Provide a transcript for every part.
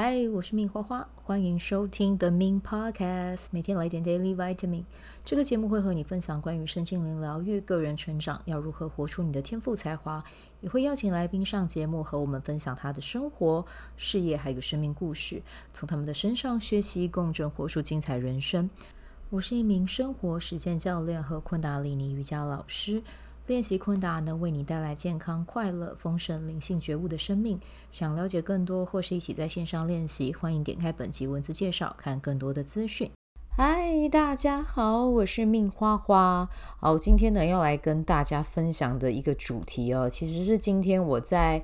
嗨，我是命花花，欢迎收听 The Min Podcast，每天来点 Daily Vitamin。这个节目会和你分享关于身心灵疗愈、个人成长，要如何活出你的天赋才华，也会邀请来宾上节目和我们分享他的生活、事业还有生命故事，从他们的身上学习，共振活出精彩人生。我是一名生活实践教练和昆达里尼瑜伽老师。练习昆达能为你带来健康、快乐、丰盛、灵性觉悟的生命。想了解更多或是一起在线上练习，欢迎点开本集文字介绍，看更多的资讯。嗨，大家好，我是命花花。好，今天呢要来跟大家分享的一个主题其实是今天我在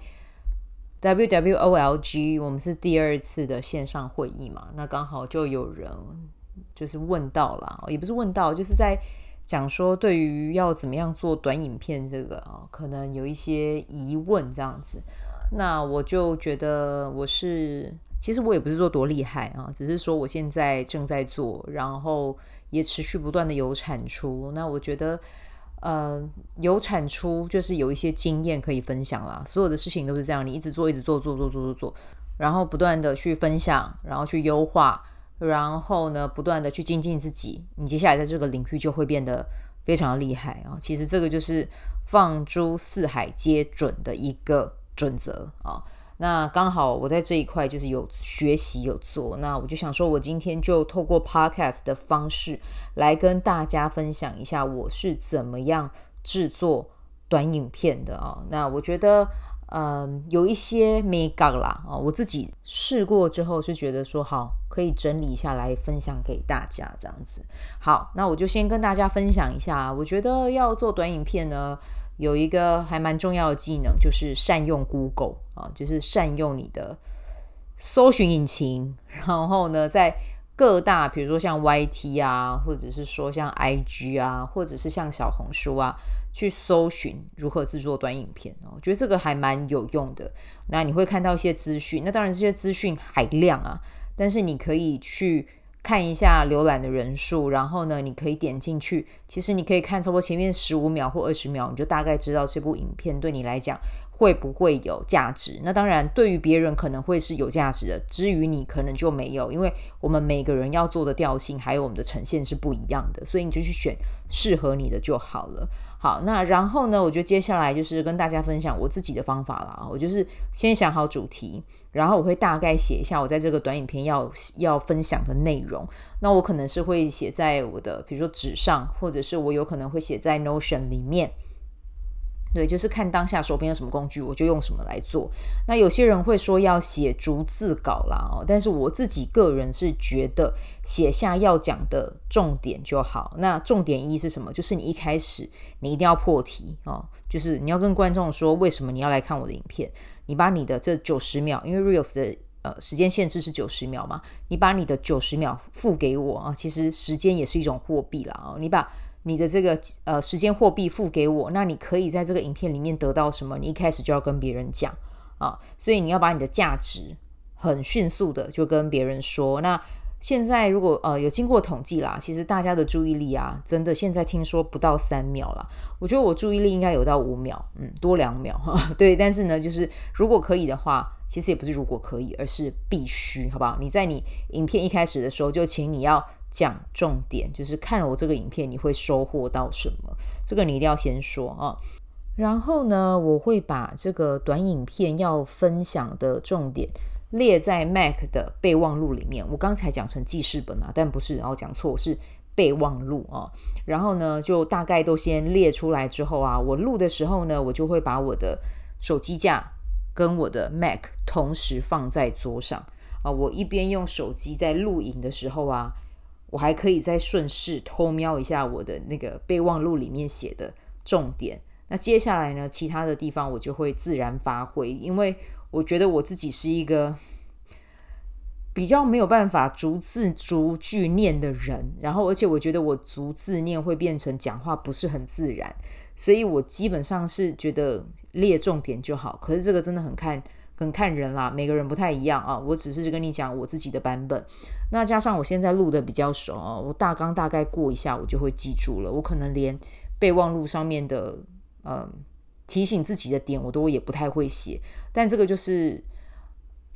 WWOLG 我们是第二次的线上会议嘛，那刚好就有人就是问到啦，也不是问到，就是在讲说对于要怎么样做短影片这个可能有一些疑问这样子。那我就觉得其实我也不是说多厉害只是说我现在正在做，然后也持续不断的有产出。那我觉得有产出就是有一些经验可以分享啦，所有的事情都是这样，你一直做，然后不断的去分享，然后去优化，然后呢不断的去精进自己，你接下来在这个领域就会变得非常厉害其实这个就是放诸四海皆准的一个准则那刚好我在这一块就是有学习有做，那我就想说我今天就透过 podcast 的方式来跟大家分享一下我是怎么样制作短影片的那我觉得有一些美感啦我自己试过之后是觉得说好可以整理下来分享给大家这样子。好，那我就先跟大家分享一下，我觉得要做短影片呢有一个还蛮重要的技能，就是善用 Google 就是善用你的搜寻引擎，然后呢在各大比如说像 YT 或者是说像 IG 或者是像小红书去搜寻如何制作短影片我觉得这个还蛮有用的。那你会看到一些资讯，那当然这些资讯海量但是你可以去看一下浏览的人数，然后呢你可以点进去，其实你可以看差不多前面15秒或20秒，你就大概知道这部影片对你来讲会不会有价值。那当然对于别人可能会是有价值的，至于你可能就没有，因为我们每个人要做的调性还有我们的呈现是不一样的，所以你就去选适合你的就好了。好，那然后呢我觉得接下来就是跟大家分享我自己的方法啦。我就是先想好主题，然后我会大概写一下我在这个短影片要分享的内容。那我可能是会写在我的比如说纸上，或者是我有可能会写在 Notion 里面，对，就是看当下手边有什么工具我就用什么来做。那有些人会说要写逐字稿啦但是我自己个人是觉得写下要讲的重点就好。那重点一是什么？就是你一开始你一定要破题就是你要跟观众说为什么你要来看我的影片。你把你的这90秒，因为 Reels 的时间限制是90秒嘛，你把你的90秒付给我其实时间也是一种货币啦你把你的这个时间货币付给我，那你可以在这个影片里面得到什么？你一开始就要跟别人讲所以你要把你的价值很迅速的就跟别人说。那现在如果有经过统计啦，其实大家的注意力真的现在听说不到3秒啦，我觉得我注意力应该有到5秒多2秒对，但是呢就是如果可以的话，其实也不是如果可以，而是必须，好不好？你在你影片一开始的时候就请你要讲重点，就是看了我这个影片你会收获到什么，这个你一定要先说然后呢我会把这个短影片要分享的重点列在 Mac 的备忘录里面。我刚才讲成记事本但不是，然后讲错，是备忘录然后呢就大概都先列出来之后我录的时候呢我就会把我的手机架跟我的 Mac 同时放在桌上我一边用手机在录影的时候我还可以再顺势偷瞄一下我的那个备忘录里面写的重点。那接下来呢其他的地方我就会自然发挥，因为我觉得我自己是一个比较没有办法逐字逐句念的人，然后而且我觉得我逐字念会变成讲话不是很自然，所以我基本上是觉得列重点就好。可是这个真的很看人啦，每个人不太一样我只是跟你讲我自己的版本。那加上我现在录的比较熟我大纲大概过一下我就会记住了，我可能连备忘录上面的提醒自己的点我都也不太会写，但这个就是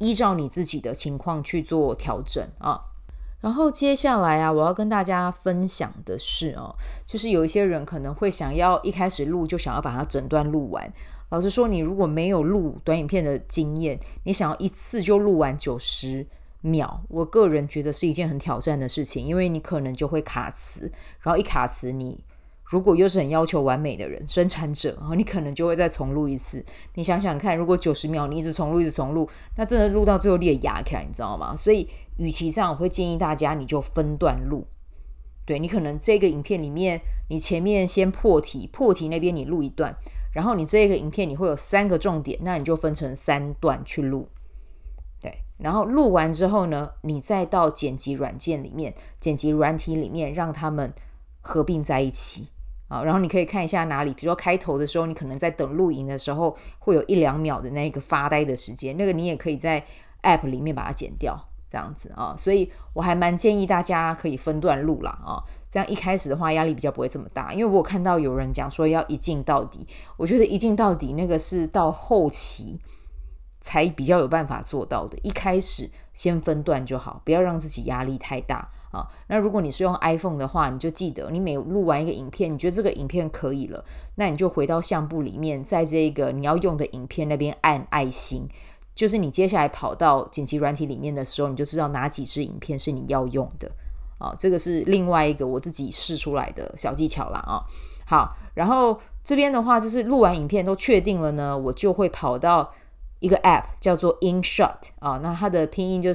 依照你自己的情况去做调整啊。然后接下来啊，我要跟大家分享的是就是有一些人可能会想要一开始录就想要把它整段录完。老实说，你如果没有录短影片的经验，你想要一次就录完90秒，我个人觉得是一件很挑战的事情，因为你可能就会卡词，然后一卡词，你如果又是很要求完美的人，生产者，你可能就会再重录一次。你想想看，如果90秒你一直重录，那真的录到最后裂牙起来，你知道吗？所以与其这样，我会建议大家你就分段录。对，你可能这个影片里面，你前面先破题那边你录一段，然后你这个影片你会有3个重点，那你就分成3段去录。对，然后录完之后呢，你再到剪辑软体里面让他们合并在一起。然后你可以看一下哪里，比如说开头的时候，你可能在等录影的时候会有1-2秒的那个发呆的时间，那个你也可以在 App 里面把它剪掉，这样子所以我还蛮建议大家可以分段录啦这样一开始的话压力比较不会这么大。因为我有看到有人讲说要一镜到底，我觉得一镜到底那个是到后期才比较有办法做到的，一开始先分段就好，不要让自己压力太大那如果你是用 iPhone 的话，你就记得你每录完一个影片，你觉得这个影片可以了，那你就回到相簿里面，在这个你要用的影片那边按爱心，就是你接下来跑到剪辑软体里面的时候，你就知道哪几支影片是你要用的这个是另外一个我自己试出来的小技巧啦好，然后这边的话就是录完影片都确定了呢，我就会跑到一个 App 叫做 InShot 那它的拼音就是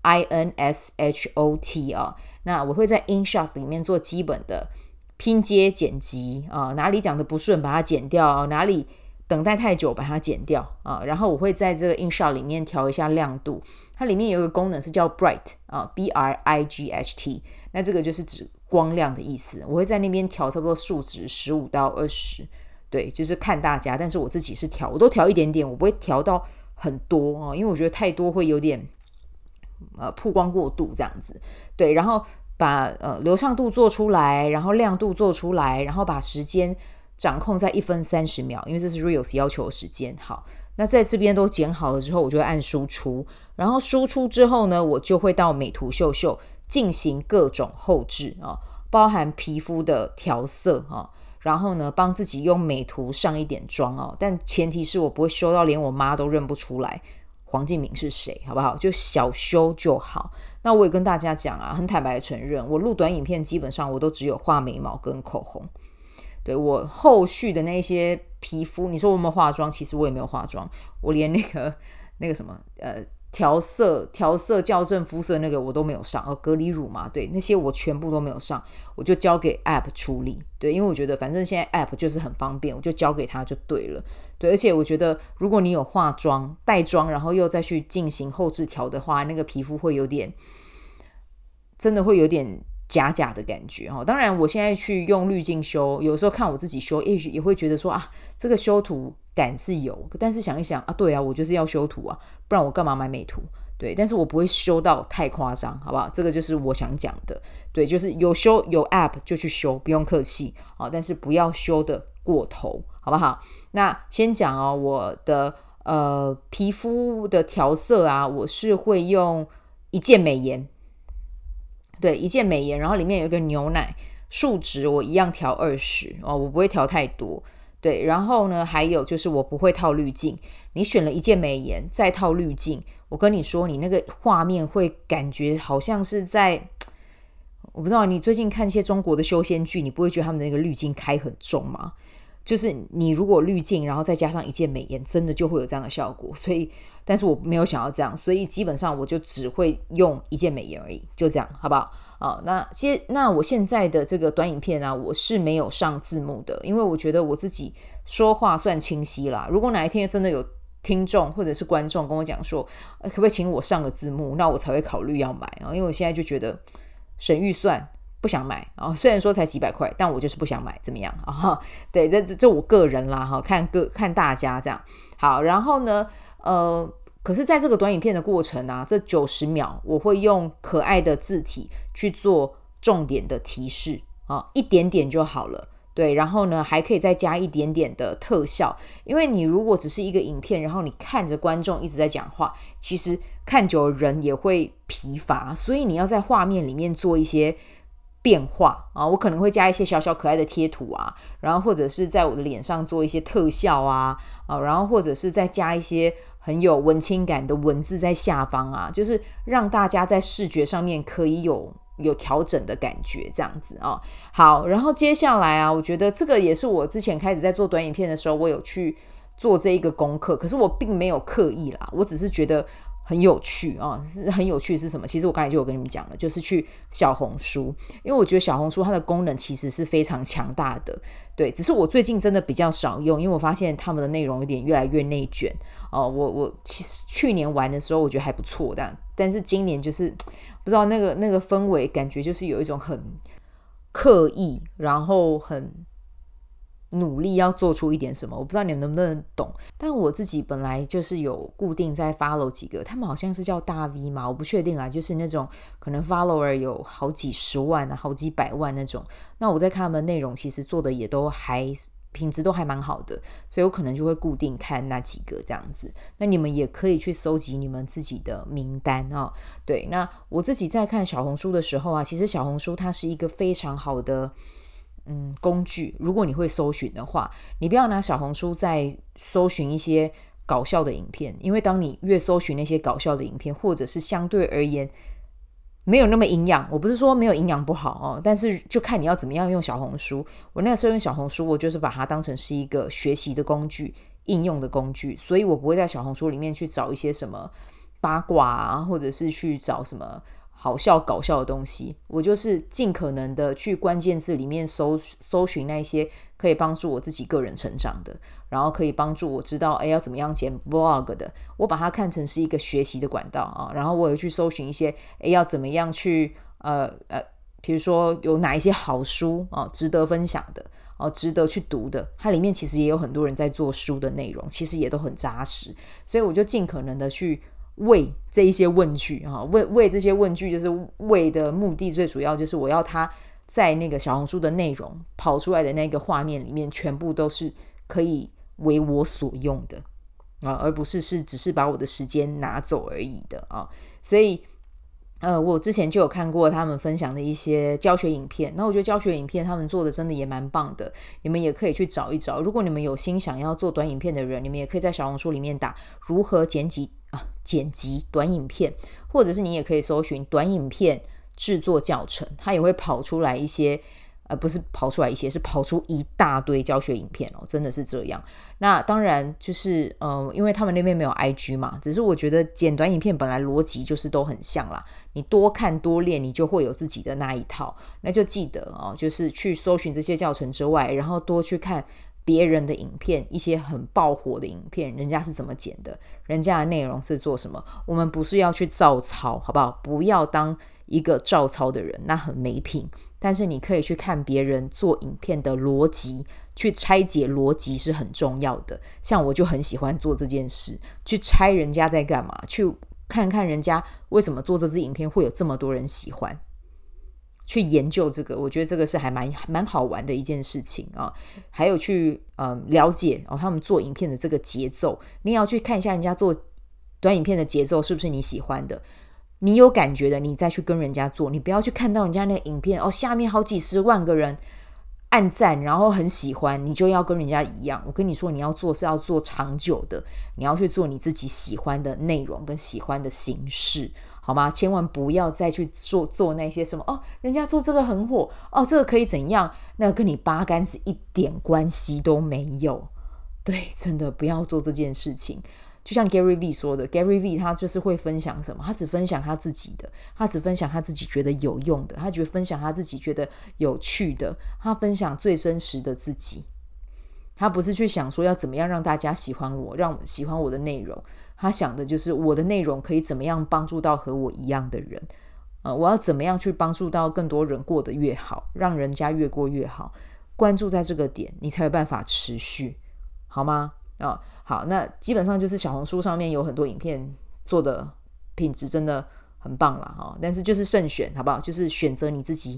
INSHOT 那我会在 InShot 里面做基本的拼接剪辑哪里讲的不顺把它剪掉哪里等待太久把它剪掉然后我会在这个 InShot 里面调一下亮度，它里面有一个功能是叫 Bright BRIGHT， 那这个就是指光亮的意思，我会在那边调差不多数值15到20，对，就是看大家，但是我自己是我都调一点点，我不会调到很多因为我觉得太多会有点曝光过度这样子。对，然后把流畅度做出来，然后亮度做出来，然后把时间掌控在1分30秒，因为这是 Reels 要求的时间。好，那在这边都剪好了之后，我就会按输出，然后输出之后呢，我就会到美图秀秀进行各种后置包含皮肤的调色然后呢帮自己用美图上一点妆但前提是我不会修到连我妈都认不出来黄敬明是谁，好不好？就小修就好。那我也跟大家讲很坦白的承认，我录短影片基本上我都只有画眉毛跟口红，对，我后续的那些皮肤，你说我有没有化妆？其实我也没有化妆，我连那个什么调色校正肤色那个我都没有上隔离乳嘛，对，那些我全部都没有上，我就交给 App 处理。对，因为我觉得反正现在 App 就是很方便，我就交给他就对了。对，而且我觉得如果你有化妆带妆，然后又再去进行后置调的话，那个皮肤会有点真的会有点假假的感觉当然我现在去用滤镜修，有时候看我自己修也会觉得说这个修图感是有，但是想一想对我就是要修图不然我干嘛买美图？对，但是我不会修到太夸张，好不好？这个就是我想讲的。对，就是有修有 App 就去修，不用客气但是不要修的过头，好不好？那先讲我的皮肤的调色我是会用一键美颜。对，一键美颜，然后里面有一个牛奶，数值我一样调20我不会调太多。对，然后呢还有就是我不会套滤镜，你选了一键美颜再套滤镜，我跟你说你那个画面会感觉好像是在，我不知道你最近看一些中国的修仙剧，你不会觉得他们的那个滤镜开很重吗？就是你如果滤镜然后再加上一键美颜，真的就会有这样的效果。所以但是我没有想要这样，所以基本上我就只会用一键美颜而已，就这样，好不好？那我现在的这个短影片我是没有上字幕的，因为我觉得我自己说话算清晰啦。如果哪一天真的有听众或者是观众跟我讲说可不可以请我上个字幕，那我才会考虑要买因为我现在就觉得省预算不想买虽然说才几百块，但我就是不想买，怎么样对，这我个人啦看大家这样。好，然后呢可是在这个短影片的过程这90秒我会用可爱的字体去做重点的提示一点点就好了。 对，然后呢还可以再加一点点的特效，因为你如果只是一个影片，然后你看着观众一直在讲话，其实看久了人也会疲乏，所以你要在画面里面做一些变化啊，我可能会加一些小小可爱的贴图啊，然后或者是在我的脸上做一些特效啊，然后或者是再加一些很有文青感的文字在下方啊，就是让大家在视觉上面可以有调整的感觉，这样子啊。好，然后接下来啊，我觉得这个也是我之前开始在做短影片的时候，我有去做这一个功课，可是我并没有刻意啦，我只是觉得很有趣啊，很有趣是什么？其实我刚才就有跟你们讲了，就是去小红书，因为我觉得小红书它的功能其实是非常强大的，对，只是我最近真的比较少用，因为我发现他们的内容有点越来越内卷哦。我其实去年玩的时候我觉得还不错，但是今年就是不知道那个氛围，感觉就是有一种很刻意，然后很努力要做出一点什么，我不知道你们能不能懂。但我自己本来就是有固定在 follow 几个，他们好像是叫大 V 嘛，我不确定啦，就是那种可能 follower 有好几十万啊，好几百万那种。那我在看他们内容，其实做的也都还品质都还蛮好的，所以我可能就会固定看那几个这样子。那你们也可以去搜集你们自己的名单哦。对，那我自己在看小红书的时候啊，其实小红书它是一个非常好的工具，如果你会搜寻的话，你不要拿小红书在搜寻一些搞笑的影片，因为当你越搜寻那些搞笑的影片，或者是相对而言没有那么营养，我不是说没有营养不好哦，但是就看你要怎么样用小红书。我那个时候用小红书，我就是把它当成是一个学习的工具、应用的工具，所以我不会在小红书里面去找一些什么八卦啊，或者是去找什么好笑搞笑的东西，我就是尽可能的去关键字里面搜寻那些可以帮助我自己个人成长的，然后可以帮助我知道要怎么样剪 vlog 的，我把它看成是一个学习的管道啊。然后我也去搜寻一些要怎么样去比如说有哪一些好书啊值得分享的值得去读的，它里面其实也有很多人在做书的内容，其实也都很扎实，所以我就尽可能的去为这一些问句为这些问句，就是为的目的最主要就是我要它在那个小红书的内容跑出来的那个画面里面全部都是可以为我所用的而不是只是把我的时间拿走而已的所以我之前就有看过他们分享的一些教学影片，那我觉得教学影片他们做的真的也蛮棒的，你们也可以去找一找。如果你们有心想要做短影片的人，你们也可以在小红书里面打如何剪辑短影片，或者是你也可以搜寻短影片制作教程，它也会跑出来一些不是跑出来一些，是跑出一大堆教学影片真的是这样。那当然就是因为他们那边没有 IG 嘛，只是我觉得剪短影片本来逻辑就是都很像啦，你多看多练，你就会有自己的那一套。那就记得就是去搜寻这些教程之外，然后多去看别人的影片，一些很爆火的影片，人家是怎么剪的，人家的内容是做什么。我们不是要去照抄，好不好？不要当一个照抄的人，那很没品。但是你可以去看别人做影片的逻辑，去拆解逻辑是很重要的。像我就很喜欢做这件事，去拆人家在干嘛，去看看人家为什么做这支影片会有这么多人喜欢，去研究这个，我觉得这个是还蛮好玩的一件事情还有去了解他们做影片的这个节奏，你也要去看一下人家做短影片的节奏是不是你喜欢的，你有感觉的你再去跟人家做，你不要去看到人家那个影片下面好几十万个人按赞，然后很喜欢，你就要跟人家一样。我跟你说，你要做是要做长久的，你要去做你自己喜欢的内容跟喜欢的形式，好吗？千万不要再去做那些什么人家做这个很火这个可以怎样，那个跟你八竿子一点关系都没有。对，真的不要做这件事情。就像 Gary V 说的， Gary V 他就是会分享什么，他只分享他自己的，他只分享他自己觉得有用的，他分享他自己觉得有趣的，他分享最真实的自己。他不是去想说要怎么样让大家喜欢我，让喜欢我的内容，他想的就是我的内容可以怎么样帮助到和我一样的人我要怎么样去帮助到更多人过得越好，让人家越过越好，关注在这个点，你才有办法持续，好吗？好，那基本上就是小红书上面有很多影片做的品质真的很棒啦但是就是慎选，好不好？就是选择你自己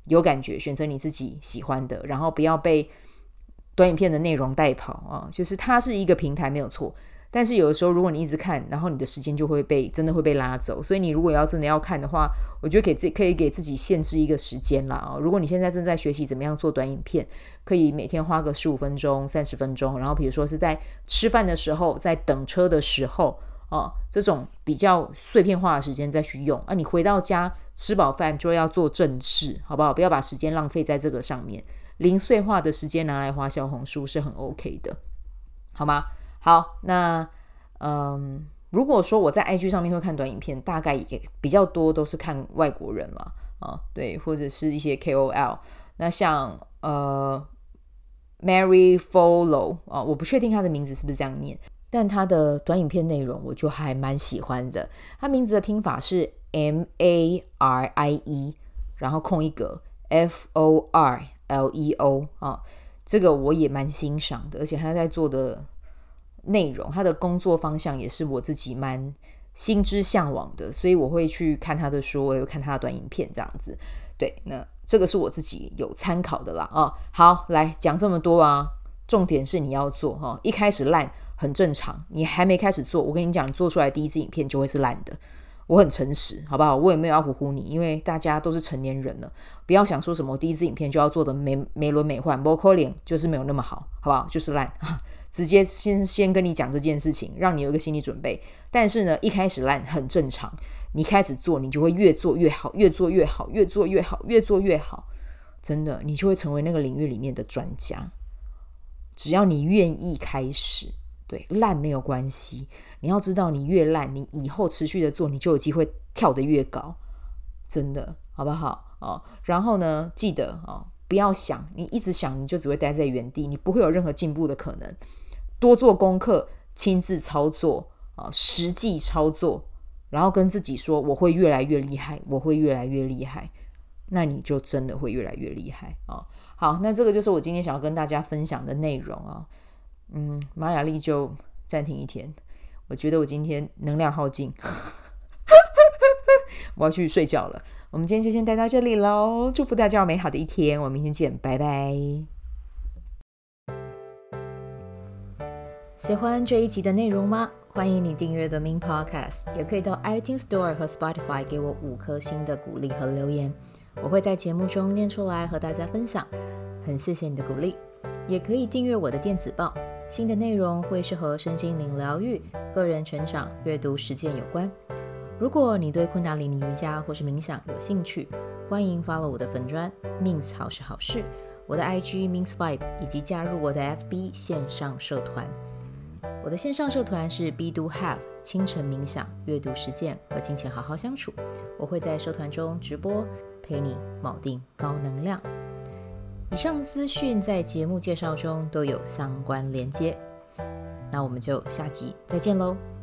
有感觉，选择你自己喜欢的，然后不要被短影片的内容带跑啊。就是它是一个平台没有错，但是有的时候如果你一直看，然后你的时间就会真的会被拉走。所以你如果真的要看的话，我觉得可以给自己限制一个时间啦。如果你现在正在学习怎么样做短影片，可以每天花个15分钟、30分钟，然后比如说是在吃饭的时候，在等车的时候这种比较碎片化的时间再去用你回到家吃饱饭就要做正事，好不好？不要把时间浪费在这个上面，零碎化的时间拿来滑小红书是很 OK 的，好吗？好，那如果说我在 IG 上面会看短影片，大概也比较多都是看外国人啦对，或者是一些 KOL。那像Mary Follow 我不确定他的名字是不是这样念，但他的短影片内容我就还蛮喜欢的。他名字的拼法是 MARIE 然后空一格 FORLEO 这个我也蛮欣赏的，而且他在做的内容，他的工作方向也是我自己蛮心之向往的，所以我会去看他的书，我也会看他的短影片这样子。对，那这个是我自己有参考的啦好，来讲这么多重点是你要做一开始烂很正常，你还没开始做，我跟你讲，你做出来第一支影片就会是烂的。我很诚实，好不好？我也没有要唬唬你，因为大家都是成年人了，不要想说什么第一支影片就要做的没轮没奂，没可能就是没有那么好，好不好？就是烂，直接先跟你讲这件事情，让你有一个心理准备。但是呢，一开始烂很正常，你开始做，你就会越做越好，越做越好，越做越好，越做越好，真的，你就会成为那个领域里面的专家。只要你愿意开始，对，烂没有关系，你要知道你越烂，你以后持续的做，你就有机会跳得越高，真的，好不好然后呢，记得不要想，你一直想你就只会待在原地，你不会有任何进步的可能。多做功课，亲自操作实际操作，然后跟自己说我会越来越厉害，我会越来越厉害，那你就真的会越来越厉害好，那这个就是我今天想要跟大家分享的内容玛雅历就暂停一天，我觉得我今天能量耗尽我要去睡觉了。我们今天就先待到这里咯，祝福大家有美好的一天，我们明天见，拜拜。喜欢这一集的内容吗？欢迎你订阅 The Min Podcast， 也可以到 iTunes Store 和 Spotify 给我5颗星的鼓励和留言，我会在节目中念出来和大家分享，很谢谢你的鼓励。也可以订阅我的电子报，新的内容会是和身心灵疗愈、个人成长、阅读实践有关。如果你对昆达里尼瑜伽或是冥想有兴趣，欢迎 follow 我的粉专 Mins 好事好事，我的 IG Mins Vibe， 以及加入我的 FB 线上社团。我的线上社团是 Be Do Have 清晨冥想、阅读实践和金钱好好相处，我会在社团中直播，陪你锚定高能量。以上资讯在节目介绍中都有相关连接，那我们就下集再见咯。